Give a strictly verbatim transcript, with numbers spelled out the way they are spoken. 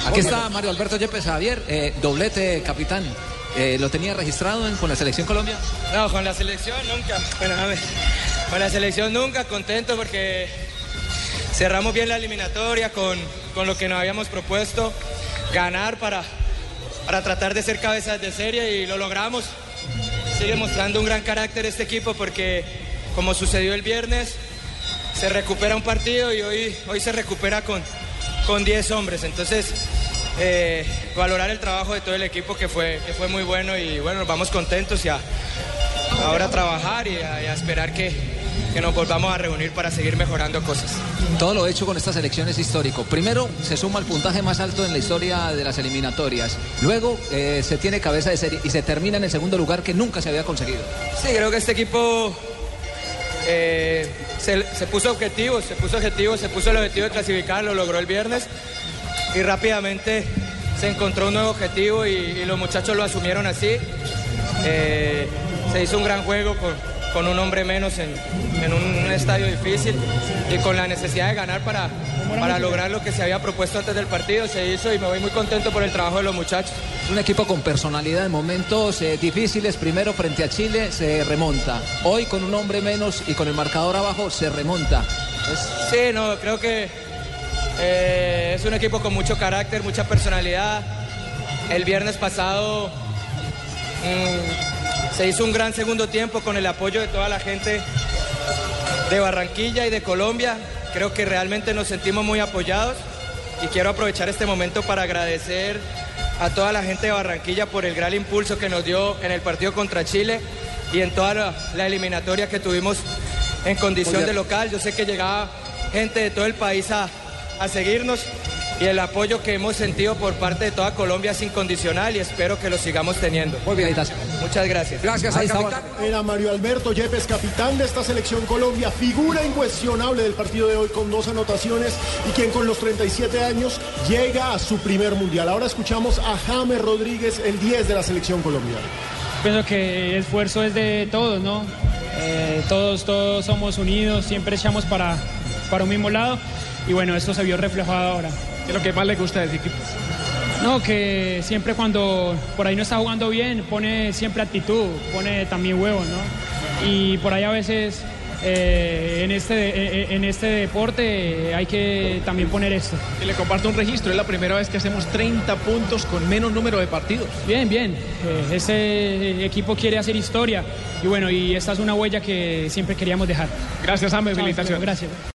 Aquí está Mario Alberto Yepes. Javier, eh, doblete capitán. Eh, ¿Lo tenía registrado en, con la Selección Colombia? No, con la selección nunca. Bueno, a ver, con la selección nunca, contento porque cerramos bien la eliminatoria con, con lo que nos habíamos propuesto, ganar para, para tratar de ser cabezas de serie y lo logramos. Sigue mostrando un gran carácter este equipo porque, como sucedió el viernes, se recupera un partido y hoy, hoy se recupera con, con diez hombres. Entonces, eh, valorar el trabajo de todo el equipo que fue, que fue muy bueno y bueno, nos vamos contentos y a, ahora a trabajar y a, y a esperar que, que nos volvamos a reunir para seguir mejorando cosas. Todo lo hecho con esta selección es histórico. Primero, se suma el puntaje más alto en la historia de las eliminatorias. Luego, eh, se tiene cabeza de serie y se termina en el segundo lugar que nunca se había conseguido. Sí, creo que este equipo eh, se, se puso objetivos, se puso objetivos, se puso el objetivo de clasificar, lo logró el viernes y rápidamente se encontró un nuevo objetivo y, y los muchachos lo asumieron así. Eh, se hizo un gran juego con, con un hombre menos en, en un estadio difícil y con la necesidad de ganar para, para lograr lo que se había propuesto antes del partido. Se hizo y me voy muy contento por el trabajo de los muchachos. Un equipo con personalidad en momentos eh, difíciles. Primero frente a Chile se remonta. Hoy con un hombre menos y con el marcador abajo se remonta. Es... Sí, no, creo que eh, es un equipo con mucho carácter, mucha personalidad. El viernes pasado mmm, se hizo un gran segundo tiempo con el apoyo de toda la gente de Barranquilla y de Colombia. Creo que realmente nos sentimos muy apoyados y quiero aprovechar este momento para agradecer a toda la gente de Barranquilla por el gran impulso que nos dio en el partido contra Chile y en toda la, la eliminatoria que tuvimos en condición de local. Yo sé que llegaba gente de todo el país a, a seguirnos y el apoyo que hemos sentido por parte de toda Colombia es incondicional y espero que lo sigamos teniendo. Muy bien, gracias. Muchas gracias. Gracias al capitán. Era Mario Alberto Yepes, capitán de esta selección Colombia, figura incuestionable del partido de hoy con dos anotaciones y quien con los treinta y siete años llega a su primer mundial. Ahora escuchamos a James Rodríguez, el diez de la selección colombiana. Pienso que el esfuerzo es de todos, ¿no? Eh, todos, todos somos unidos, siempre echamos para, para un mismo lado y bueno, esto se vio reflejado ahora. ¿Qué es lo que más le gusta de ese equipo? No, que siempre cuando por ahí no está jugando bien, pone siempre actitud, pone también huevos, ¿no? Y por ahí a veces eh, en, este, en este deporte hay que también poner esto. Y le comparto un registro, es la primera vez que hacemos treinta puntos con menos número de partidos. Bien, bien, eh, ese equipo quiere hacer historia y bueno, y esta es una huella que siempre queríamos dejar. Gracias, James, felicitaciones. Gracias.